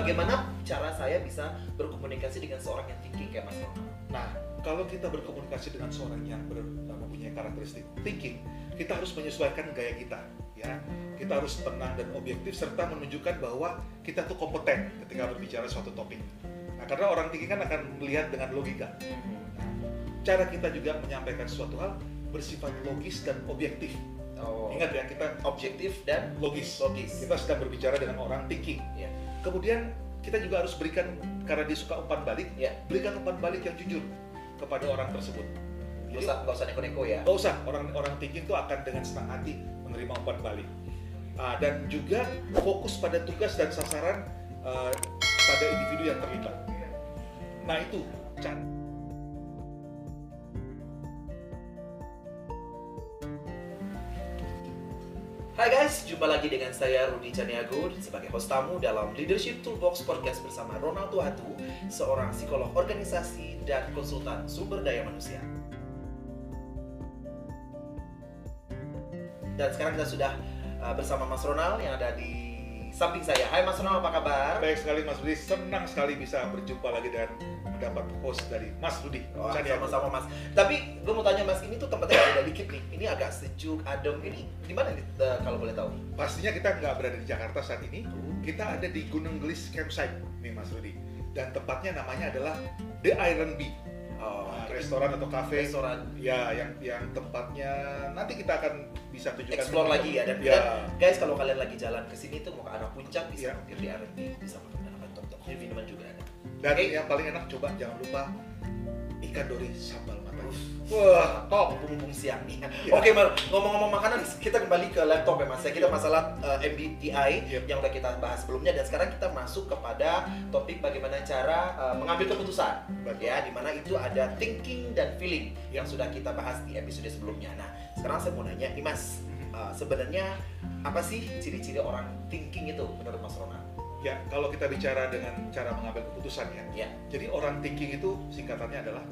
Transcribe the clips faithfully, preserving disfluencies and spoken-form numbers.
bagaimana cara saya bisa berkomunikasi dengan seorang yang thinking kayak Mas Ronald? Nah, kalau kita berkomunikasi dengan seorang yang ber, mempunyai karakteristik thinking, kita harus menyesuaikan gaya kita, ya. Kita harus tenang dan objektif serta menunjukkan bahwa kita tuh kompeten ketika berbicara suatu topik. Nah, karena orang thinking kan akan melihat dengan logika. Nah, cara kita juga menyampaikan suatu hal bersifat logis dan objektif. Oh. Ingat ya, kita Objektif dan logis. logis. Kita sedang berbicara dengan orang thinking. Ya. Kemudian kita juga harus berikan, karena dia suka umpan balik, Ya. berikan umpan balik yang jujur kepada orang tersebut. Nggak usah, nggak usah neko-neko ya. Nggak usah, orang-orang thinking itu akan dengan senang hati menerima umpan balik. Ah, dan juga fokus pada tugas dan sasaran uh, pada individu yang terlibat. Nah itu cara. Hai guys, jumpa lagi dengan saya Rudy Caniago sebagai host tamu dalam Leadership Toolbox Podcast bersama Ronald Tuhatu, seorang psikolog organisasi dan konsultan sumber daya manusia. Dan sekarang kita sudah uh, bersama Mas Ronald yang ada di samping saya. Hai Mas Ronald, apa kabar? Baik sekali Mas Rudy, senang sekali bisa berjumpa lagi dan mendapat host dari Mas Rudy. Oh, Caniago. sama-sama Mas. Tapi gue mau tanya Mas, ini tuh tempatnya beda dikit nih. Ini agak sejuk, adem. Ini di mana nih uh, kalau boleh tahu? Pastinya kita nggak berada di Jakarta saat ini. Kita ada di Gunung Gelis Campsite nih Mas Rudy. Dan tempatnya namanya adalah The Iron Bee. Oh, Nah, restoran atau kafe restoran. ya yang yang tempatnya nanti kita akan bisa tunjukkan Explore lagi ya. Dan, ya. dan guys, kalau kalian lagi jalan ke sini tuh mau ke arah puncak bisa Ya. mampir di R and B, bisa makan makan top-top. Jadi minuman juga ada. Dan Oke. yang paling enak coba jangan lupa ikan dori sambal matanya. Wah, top mumpung siang nih. Ya. Oke, Mar, ngomong-ngomong makanan, kita kembali ke laptop ya Mas. Ya, kita masalah uh, M B T I Yep. yang udah kita bahas sebelumnya, dan sekarang kita masuk kepada topik bagaimana cara uh, mengambil keputusan. Betul. Ya, dimana itu ada thinking dan feeling yang sudah kita bahas di episode sebelumnya. Nah, sekarang saya mau nanya nih Mas, uh, sebenarnya apa sih ciri-ciri orang thinking itu menurut Mas Ronald? Ya, kalau kita bicara dengan cara mengambil keputusan ya. Ya, Jadi orang thinking itu singkatannya adalah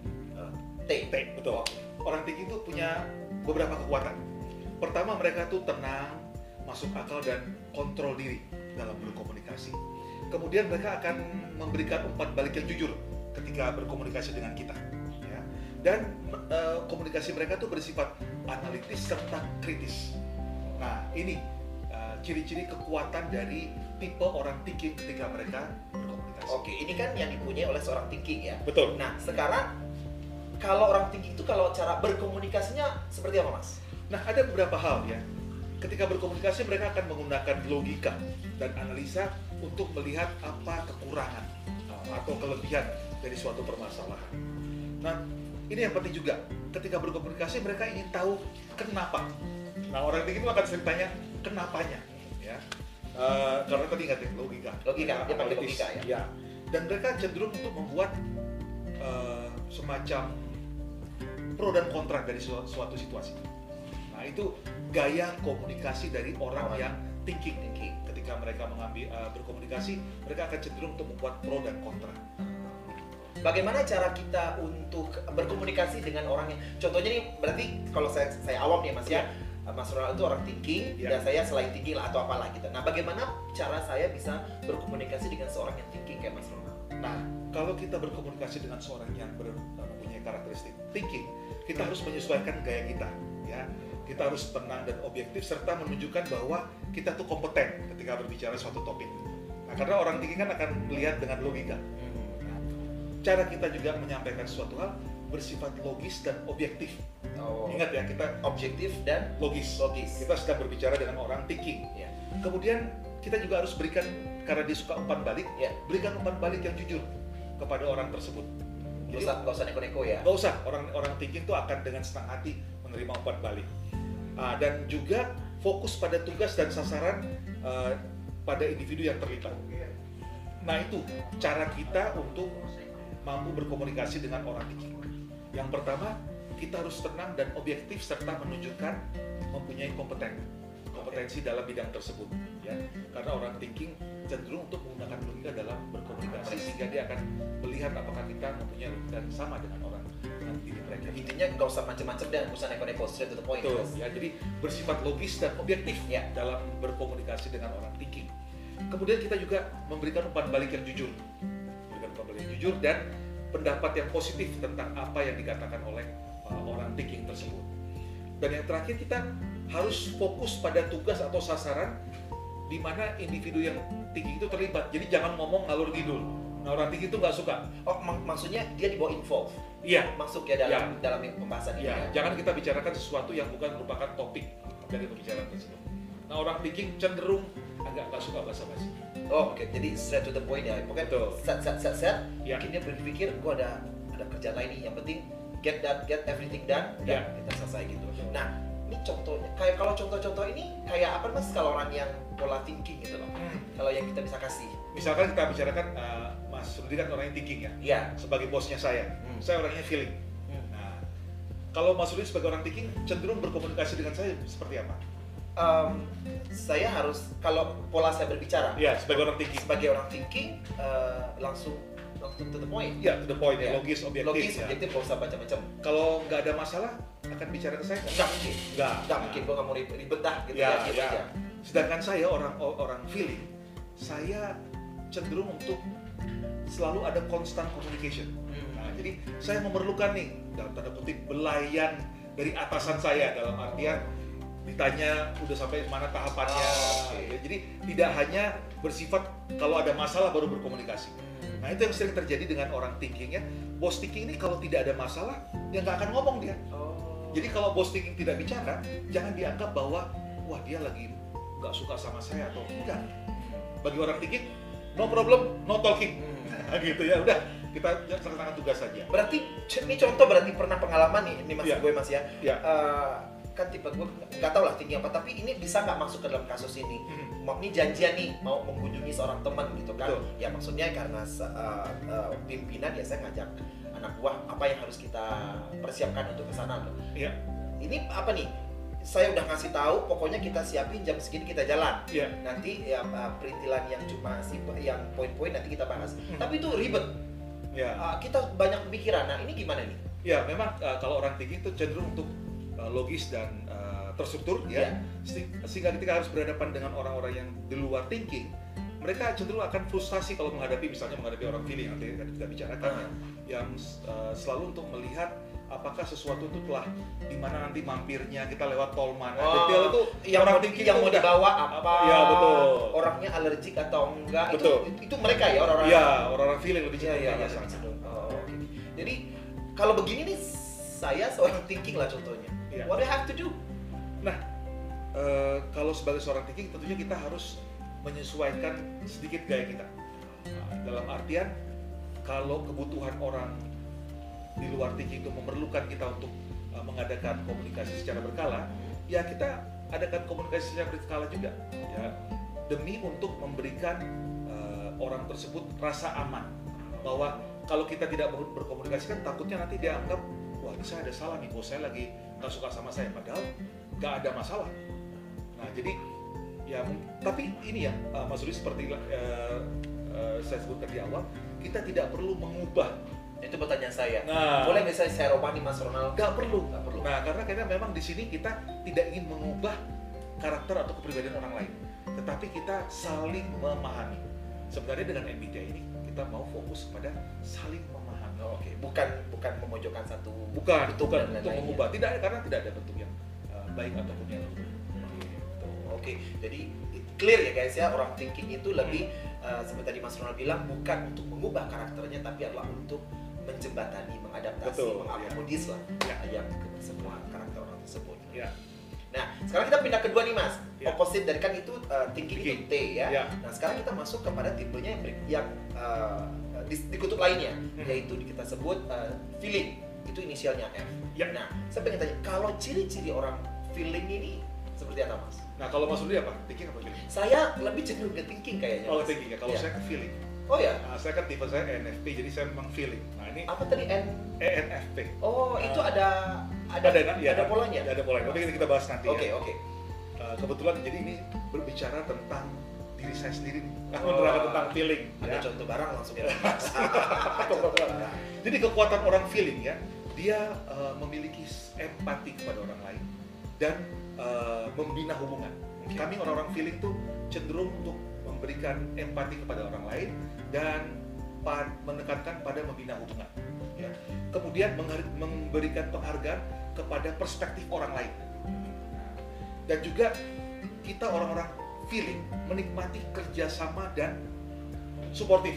T. T, betul. Orang thinking itu punya beberapa kekuatan. Pertama, mereka tuh tenang, masuk akal dan kontrol diri dalam berkomunikasi. Kemudian mereka akan memberikan umpan balik yang jujur ketika berkomunikasi dengan kita. Ya. Dan eh, komunikasi mereka tuh bersifat analitis serta kritis. Nah, ini eh, ciri-ciri kekuatan dari tipe orang thinking ketika mereka berkomunikasi. Oke, ini kan yang dipunyai oleh seorang thinking ya. Betul. Nah, sekarang kalau orang thinking itu kalau cara berkomunikasinya seperti apa, Mas? Nah, ada beberapa hal ya. Ketika berkomunikasi mereka akan menggunakan logika dan analisa untuk melihat apa kekurangan uh, atau kelebihan dari suatu permasalahan. Nah, ini yang penting juga. Ketika berkomunikasi mereka ingin tahu kenapa. Nah, orang thinking itu akan sering tanya kenapanya, ya. Uh, karena tadi ingat ya, logika. Logika, dia pakai analitis. logika ya. Ya. Dan mereka cenderung untuk membuat uh, semacam pro dan kontra dari su- suatu situasi. Nah, itu gaya komunikasi dari orang Orang. yang thinking. Thinking. Ketika mereka mengambil uh, berkomunikasi, mereka akan cenderung untuk membuat pro dan kontra. Bagaimana cara kita untuk berkomunikasi dengan orang yang, contohnya nih, berarti kalau saya saya awam nih Mas ya, Mas Ronald itu orang thinking, Ya. dan saya selain thinking lah atau apalah gitu. Nah, bagaimana cara saya bisa berkomunikasi dengan seorang yang thinking kayak Mas Ronald? Nah, kalau kita berkomunikasi dengan seorang yang ber- mempunyai karakteristik thinking, kita harus menyesuaikan gaya kita, ya. Kita harus tenang dan objektif serta menunjukkan bahwa kita tuh kompeten ketika berbicara suatu topik. Nah, karena orang thinking kan akan melihat dengan logika. Nah, cara kita juga menyampaikan suatu hal bersifat logis dan objektif. Oh, Ingat ya, kita objektif dan logis. logis. Kita sedang berbicara dengan orang thinking. Ya. Kemudian kita juga harus berikan, karena dia suka umpan balik, Ya. berikan umpan balik yang jujur kepada orang tersebut. Nggak Jadi, usah, nggak usah neko-neko ya. nggak usah, orang orang thinking itu akan dengan senang hati menerima umpan balik. Ah, dan juga fokus pada tugas dan sasaran uh, pada individu yang terlibat. Nah, itu cara kita untuk mampu berkomunikasi dengan orang thinking. Yang pertama, kita harus tenang dan objektif serta menunjukkan mempunyai kompeten kompetensi dalam bidang tersebut, ya. Karena orang thinking cenderung untuk menggunakan logika dalam berkomunikasi, sehingga dia akan melihat apakah kita mempunyai logika yang sama dengan orang, dengan diri mereka. Intinya nggak usah macam-macam dan nggak usah neko-neko, straight to the point. Betul, Mas. ya. Jadi bersifat logis dan objektif Ya. dalam berkomunikasi dengan orang thinking. kemudian kita juga memberikan umpan balik yang jujur, memberikan umpan balik yang jujur dan pendapat yang positif tentang apa yang dikatakan oleh uh, orang thinking tersebut. Dan yang terakhir, kita harus fokus pada tugas atau sasaran di mana individu yang thinking itu terlibat. Jadi jangan ngomong ngalur ngidul. Nah, orang thinking itu nggak suka. Oh, mak maksudnya dia dibawa involve. Iya. Masuk ya dalam ya. dalam pembahasan ini. Ya. Ya. Jangan kita bicarakan sesuatu yang bukan merupakan topik dari pembicaraan tersebut. Nah, orang thinking cenderung agak nggak suka basa-basi. Oh, oke. Okay. Jadi straight to the point ya. Pokoknya Betul. set set set set. Ya. Mungkin dia berpikir, gua ada ada kerjaan lain nih. Yang penting get that get everything done dan Ya. kita selesai gitu. Betul. Nah, ini contohnya. Kayak kalau contoh-contoh ini kayak apa Mas kalau orang yang pola thinking gitu loh. Hmm. Kalau yang kita bisa kasih. Misalkan kita bicarakan uh, Mas Rudi kan orang yang thinking ya. Iya. Sebagai bosnya saya, Hmm. saya orangnya feeling. Hmm. Nah, kalau Mas Rudi sebagai orang thinking cenderung berkomunikasi dengan saya seperti apa? Um, saya harus kalau pola saya berbicara. Iya, sebagai orang thinking. Sebagai orang thinking uh, langsung langsung to the point. Iya, to the point ya, Ya. logis, objektif. Logis, ya. objektif, gak usah macam-macam. Kalau nggak ada masalah, akan bicara ke saya? Nggak mungkin. Nggak. Nggak mungkin, gue nggak mau ribet, ribet dah gitu Ya, ya, gitu ya. aja. Sedangkan saya orang orang feeling, saya cenderung untuk selalu ada constant communication. Hmm. Nah, jadi saya memerlukan nih dalam tanda kutip belayan dari atasan saya, dalam artian ditanya udah sampai mana tahapannya. Oh, oke. Ya, jadi tidak hanya bersifat kalau ada masalah baru berkomunikasi. Nah, itu yang sering terjadi dengan orang thinking ya. Bos thinking ini kalau tidak ada masalah, dia nggak akan ngomong dia. Oh. Jadi kalau bos thinking tidak bicara, jangan dianggap bahwa wah dia lagi nggak suka sama saya atau enggak. Bagi orang thinking, no problem, no talking. Hmm. Gitu ya, udah kita laksanakan tugas saja. Berarti ini contoh berarti pernah pengalaman nih, ini mas Ya. gue mas ya. Ya. Uh, kan tipe gue nggak tahu lah tinggi apa, tapi ini bisa nggak masuk ke dalam kasus ini? Hmm. Mau ini janjian nih mau mengunjungi seorang teman gitu kan? Betul. Ya maksudnya karena uh, uh, pimpinan ya saya ngajak anak buah apa yang harus kita persiapkan untuk ke sana loh. Iya. Ini apa nih? Saya udah ngasih tahu, pokoknya kita siapin jam segini kita jalan. Iya. Nanti ya uh, perintilan yang cuma si yang poin-poin nanti kita bahas. Hmm. Tapi itu ribet. Ya. Uh, kita banyak pikiran. Nah ini gimana nih? Ya, memang uh, kalau orang thinking itu cenderung untuk uh, logis dan uh, terstruktur ya. Iya. Sehingga ketika harus berhadapan dengan orang-orang yang di luar thinking, mereka cenderung akan frustasi kalau menghadapi misalnya menghadapi orang feeling yang tadi kita bicarakan Hmm. ya, yang uh, selalu untuk melihat apakah sesuatu itu telah di mana nanti mampirnya, kita lewat tol mana. Oh, Detail itu yang orang mau, thinking yang itu mau udah- dibawa apa? Ya, betul. Orangnya alergik atau enggak? Betul. Itu, itu mereka ya orang-orang. Iya, orang-orang feeling lebih Iya, cenderung iya, ke arah iya, sana. lebih cenderung. Oh, oke. Jadi kalau begini nih saya seorang thinking lah contohnya. Iya. What do I have to do? Nah, eh, kalau sebagai seorang thinking tentunya kita harus menyesuaikan sedikit gaya kita. Nah, dalam artian kalau kebutuhan orang di luar thinking itu memerlukan kita untuk uh, mengadakan komunikasi secara berkala, ya kita adakan komunikasi secara berkala juga, ya demi untuk memberikan uh, orang tersebut rasa aman bahwa kalau kita tidak ber- berkomunikasi kan takutnya nanti dia anggap wah ini saya ada salah nih, bos saya lagi nggak suka sama saya, padahal nggak ada masalah. Nah jadi ya tapi ini ya uh, Mas Rudi seperti uh, uh, saya sebutkan di awal, kita tidak perlu mengubah. Itu pertanyaan saya. Nah, Boleh misalnya saya rombani Mas Ronald? nggak perlu. Nggak perlu. Nah, karena kita memang di sini kita tidak ingin mengubah karakter atau kepribadian orang lain, tetapi kita saling memahami. Sebenarnya dengan M B T I ini kita mau fokus pada saling memahami. Oh, oke, bukan bukan memojokkan satu Bukan, bentuk bukan dan untuk lain-lainnya. mengubah. Tidak, karena tidak ada bentuk yang uh, baik ataupun yang buruk. Gitu. Oke, jadi clear ya guys ya, orang thinking itu lebih uh, seperti tadi Mas Ronald bilang bukan untuk mengubah karakternya, tapi adalah untuk menjembatani, mengadaptasi, Betul, mengakomodis lah Ya. yang semua karakter orang tersebut. Ya. Nah, sekarang kita pindah kedua nih Mas. Ya. Opposite dari kan itu uh, thinking, Thinking. itu T ya. Ya. Nah, sekarang kita masuk kepada tipenya yang, ber- yang uh, di, di kutub lainnya, Hmm. yaitu kita sebut uh, feeling. Itu inisialnya F. Ya. Nah, saya pengen tanya, kalau ciri-ciri orang feeling ini seperti apa Mas? Nah, kalau Mas Rudi apa? Thinking apa feeling? Saya lebih cenderung ke thinking kayaknya. Oh, Mas. thinking ya. Kalau Ya. saya ke feeling. Oh ya, Nah, saya kan tipe saya E N F P, jadi saya memang feeling. Nah, ini apa tadi N? E N F P. Oh, itu Ah. ada ada Ada, ya, ada polanya. Ada polanya. Tapi kita bahas nanti. Oke, ya. oke. Uh, kebetulan jadi ini berbicara tentang diri saya sendiri, Oh. menerangkan tentang feeling. Ada Ya. contoh barang langsung ya. Jadi kekuatan orang feeling ya, dia uh, memiliki empati kepada orang lain dan uh, membina hubungan. Kami orang-orang feeling tuh cenderung untuk memberikan empati kepada orang lain, dan pad- menekankan pada membina hubungan. Ya. Kemudian menghar- memberikan penghargaan kepada perspektif orang lain. Dan juga kita orang-orang feeling menikmati kerjasama dan suportif.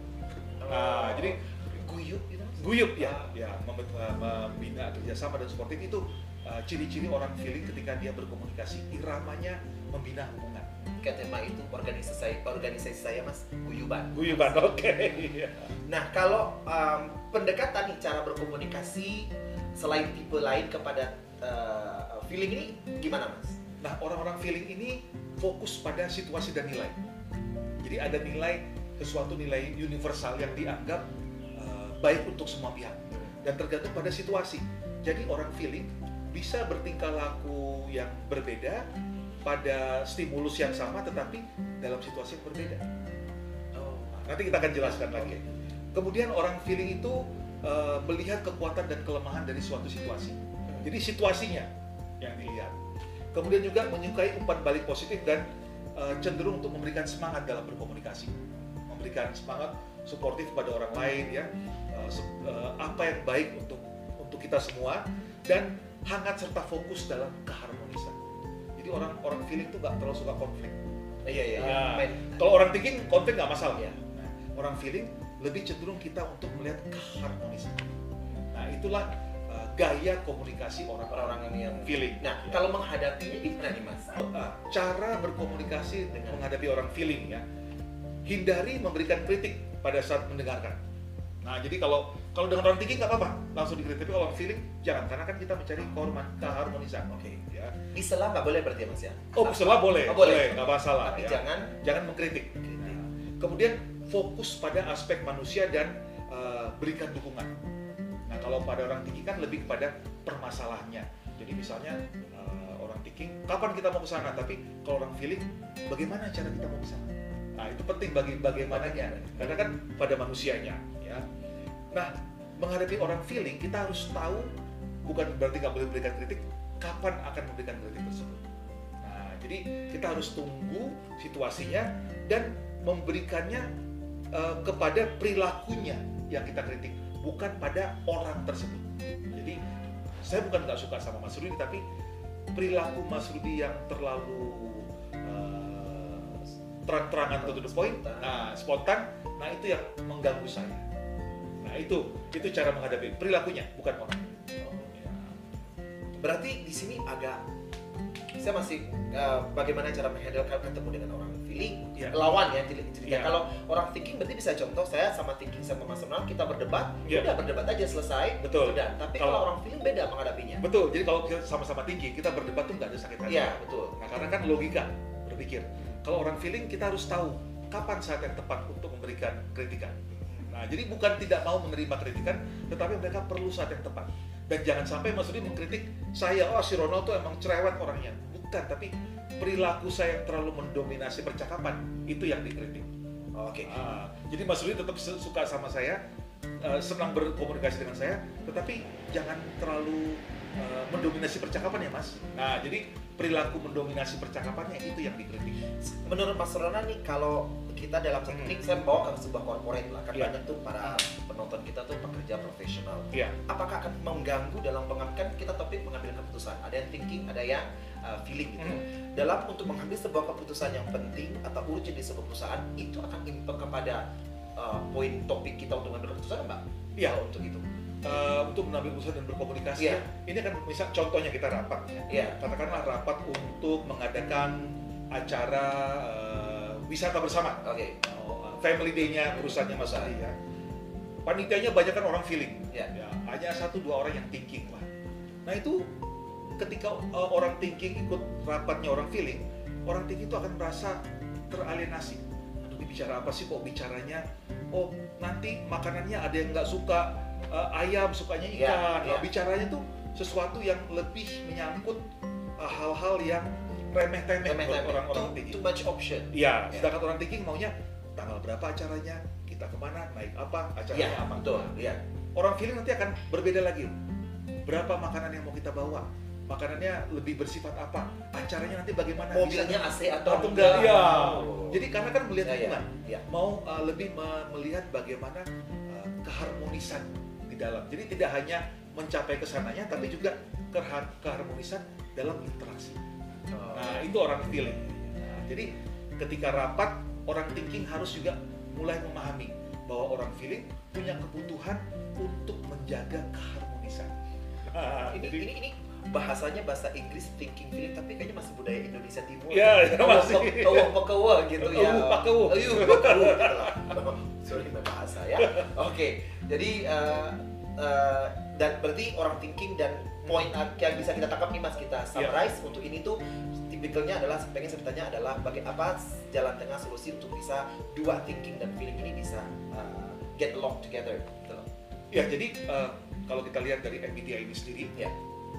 Nah, jadi guyup gitu. guyup ya, ya mem- membina kerjasama dan suportif itu uh, ciri-ciri orang feeling ketika dia berkomunikasi, iramanya membina hubungan. Kayak tema itu organisasi saya, organisasi saya mas, guyuban. Guyuban, oke. Okay. Nah kalau um, pendekatan nih cara berkomunikasi selain tipe lain kepada uh, feeling ini gimana mas? Nah, orang-orang feeling ini fokus pada situasi dan nilai. Jadi ada nilai, sesuatu nilai universal yang dianggap uh, baik untuk semua pihak dan tergantung pada situasi. Jadi orang feeling bisa bertingkah laku yang berbeda pada stimulus yang sama tetapi dalam situasi yang berbeda. Oh. Nanti kita akan jelaskan lagi. Kemudian orang feeling itu uh, melihat kekuatan dan kelemahan dari suatu situasi. Jadi situasinya yang dilihat. Kemudian juga menyukai umpan balik positif dan uh, cenderung untuk memberikan semangat dalam berkomunikasi, memberikan semangat suportif pada orang lain ya, uh, uh, apa yang baik untuk untuk kita semua, dan hangat serta fokus dalam keharmonisan. Jadi orang orang feeling itu nggak terlalu suka konflik. Iya iya. Ya, Main. kalau orang thinking konflik nggak masalah. Iya. Nah, orang feeling lebih cenderung kita untuk melihat keharmonisan. Nah itulah uh, gaya komunikasi orang-orang Orang-orang ini yang feeling. Nah Ya. kalau menghadapinya gimana nih mas? Uh, cara berkomunikasi dengan menghadapi orang feeling ya, hindari memberikan kritik pada saat mendengarkan. Nah jadi kalau kalau dengan orang thinking nggak apa-apa langsung dikritik, tapi kalau orang feeling jangan, karena kan kita mencari kehormatan, keharmonisan. Oke. Ya. Disela nggak boleh berarti ya mas ya? Oh setelah boleh, Oh, boleh. boleh, nggak masalah. Tapi Ya. jangan jangan mengkritik. kritik. Kemudian fokus pada aspek manusia dan uh, berikan dukungan. Nah kalau pada orang tinggi kan lebih kepada permasalahannya. Jadi misalnya uh, orang thinking, kapan kita mau ke sana? Tapi kalau orang feeling, bagaimana cara kita mau ke sana? Nah itu penting bagi bagaimananya, karena kan pada manusianya. Ya. Nah menghadapi orang feeling kita harus tahu, bukan berarti nggak boleh berikan kritik, kapan akan memberikan kritik tersebut. Nah jadi kita harus tunggu situasinya dan memberikannya uh, kepada perilakunya yang kita kritik, bukan pada orang tersebut. Jadi saya bukan nggak suka sama Mas Rudi, tapi perilaku Mas Rudi yang terlalu uh, terang-terangan to the point, nah spontan, nah itu yang mengganggu saya. Nah itu itu cara menghadapi perilakunya, bukan orang. Berarti di sini agak saya masih uh, bagaimana cara menghandle kalau ketemu dengan orang feeling Ya. lawan ya cerita. Ya. Kalau orang thinking berarti bisa contoh saya sama thinking sama Mas Ronald kita berdebat, Ya. udah berdebat aja selesai. Betul. Udah. Tapi Kalau- kalau orang feeling beda menghadapinya. Betul. Jadi kalau kita sama-sama tinggi, kita berdebat tuh nggak ada sakit hati. Iya betul. Nah karena kan logika berpikir. Kalau orang feeling kita harus tahu kapan saat yang tepat untuk memberikan kritikan. Nah jadi bukan tidak mau menerima kritikan, tetapi mereka perlu saat yang tepat. Dan jangan sampai Mas Rudi mengkritik saya, oh si Ronald tuh emang cerewet orangnya. Bukan, tapi perilaku saya yang terlalu mendominasi percakapan, itu yang dikritik. Oke. Ah, jadi Mas Rudi tetap su- suka sama saya, eh, senang berkomunikasi dengan saya, tetapi jangan terlalu eh, mendominasi percakapan ya Mas. Nah jadi perilaku mendominasi percakapannya itu yang dikritik. Menurut Mas Ronald nih kalau kita dalam satu Hmm. meeting saya bawa ke sebuah corporate lah kan Iya. banyak tuh para penonton kita tuh pekerja profesional. Iya. Apakah akan mengganggu dalam pengambil, kan kita topik mengambil keputusan, ada yang thinking, ada yang uh, feeling gitu. Hmm. Dalam untuk mengambil sebuah keputusan yang penting atau urgent di sebuah perusahaan itu akan impact kepada uh, poin topik kita untuk mengambil keputusan Mbak? Iya. Kalau untuk itu. Eh, untuk mengambil keputusan dan berkomunikasi, Iya. ini kan misal contohnya kita rapat, ya. Iya. Katakanlah rapat untuk mengadakan acara eh, wisata bersama, Oke. oh, family day-nya perusahaannya Mas Ali ya. Panitianya banyak kan orang feeling, Iya. ya, hanya satu dua orang yang thinking lah. Nah itu ketika uh, orang thinking ikut rapatnya orang feeling, orang thinking itu akan merasa teralienasi. Aduh, ini bicara apa sih kok bicaranya? Oh nanti makanannya ada yang nggak suka uh, ayam, sukanya ikan. Iya, Nah, iya. bicaranya tuh sesuatu yang lebih menyangkut uh, hal-hal yang remeh-temeh buat Remeh-temeh. orang-orang Too- thinking. Too much option. Iya, Iya. sedangkan orang thinking maunya tanggal berapa acaranya, kita kemana, naik apa, acaranya Iya, apa. betul. Iya. Orang feeling nanti akan berbeda lagi. Berapa makanan yang mau kita bawa, makanannya lebih bersifat apa, acaranya nanti bagaimana, mobilnya A C atau atau enggak, ya. Oh. Jadi karena kan melihat Ya, ya, lingkungan, ya. mau uh, lebih me- melihat bagaimana uh, keharmonisan di dalam. Jadi tidak hanya mencapai kesananya, tapi juga keha- keharmonisan dalam interaksi. Oh. Nah itu orang feeling. Nah, jadi ketika rapat, orang thinking harus juga mulai memahami bahwa orang feeling punya kebutuhan untuk menjaga keharmonisan. Nah, ini, jadi, ini ini bahasanya bahasa Inggris thinking feeling, tapi kayaknya masih budaya Indonesia Timur. Ya, ya, masih. Kewah pekewa gitu ya. Eueuh, pakeuh. Eueuh, pakeuh gitu lah. Sorry bahasa ya. Oke, jadi uh, uh, dan berarti orang thinking dan poin yang bisa kita tangkap nih Mas, kita summarize yeah. Untuk ini tuh tipikalnya adalah, pengen saya bertanya adalah bagaimana apa jalan tengah solusi untuk bisa dua thinking dan feeling ini bisa uh, get along together gitu loh. Ya, jadi uh, kalau kita lihat dari M B T I ini sendiri, ya.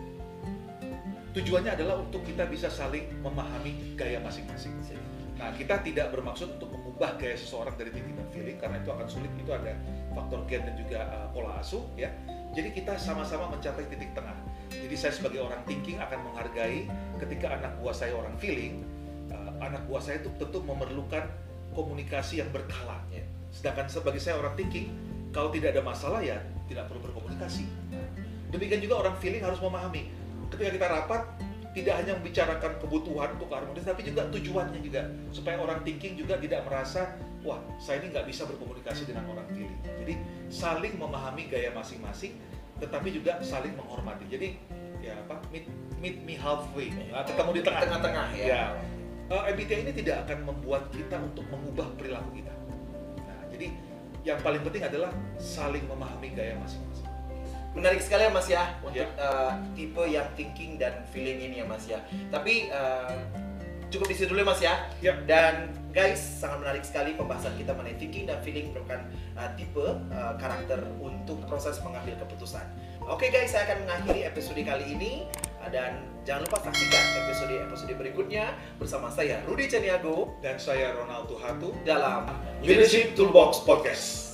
Tujuannya adalah untuk kita bisa saling memahami gaya masing-masing. Nah, kita tidak bermaksud untuk mengubah gaya seseorang dari thinking dan feeling, karena itu akan sulit. Itu ada faktor gen dan juga uh, pola asuh, ya. Jadi kita sama-sama mencapai titik tengah. Jadi saya sebagai orang thinking akan menghargai ketika anak buah saya orang feeling. Uh, anak buah saya itu tentu memerlukan komunikasi yang berkala. Ya. Sedangkan sebagai saya orang thinking, kalau tidak ada masalah ya tidak perlu berkomunikasi. Demikian juga orang feeling harus memahami ketika kita rapat tidak hanya membicarakan kebutuhan untuk harmonis, tapi juga tujuannya juga supaya orang thinking juga tidak merasa wah saya ini nggak bisa berkomunikasi dengan orang feeling. Jadi saling memahami gaya masing-masing, tetapi juga saling menghormati. Jadi ya apa meet, meet me halfway, nah, ketemu di tengah. Tengah-tengah ya. Ya. Uh, M B T I ini tidak akan membuat kita untuk mengubah perilaku kita. Nah, jadi yang paling penting adalah saling memahami gaya masing-masing. Menarik sekali ya Mas ya, untuk yeah. uh, tipe yang thinking dan feeling ini ya Mas ya. Tapi uh, cukup di situ dulu Mas ya. Yeah. Dan guys, sangat menarik sekali pembahasan kita mengenai thinking dan feeling merupakan uh, tipe uh, karakter untuk proses mengambil keputusan. Oke guys, saya akan mengakhiri episode kali ini. Dan jangan lupa saksikan episode-episode berikutnya bersama saya Rudy Caniago dan saya Ronald Tuhatu dalam Leadership Toolbox Podcast.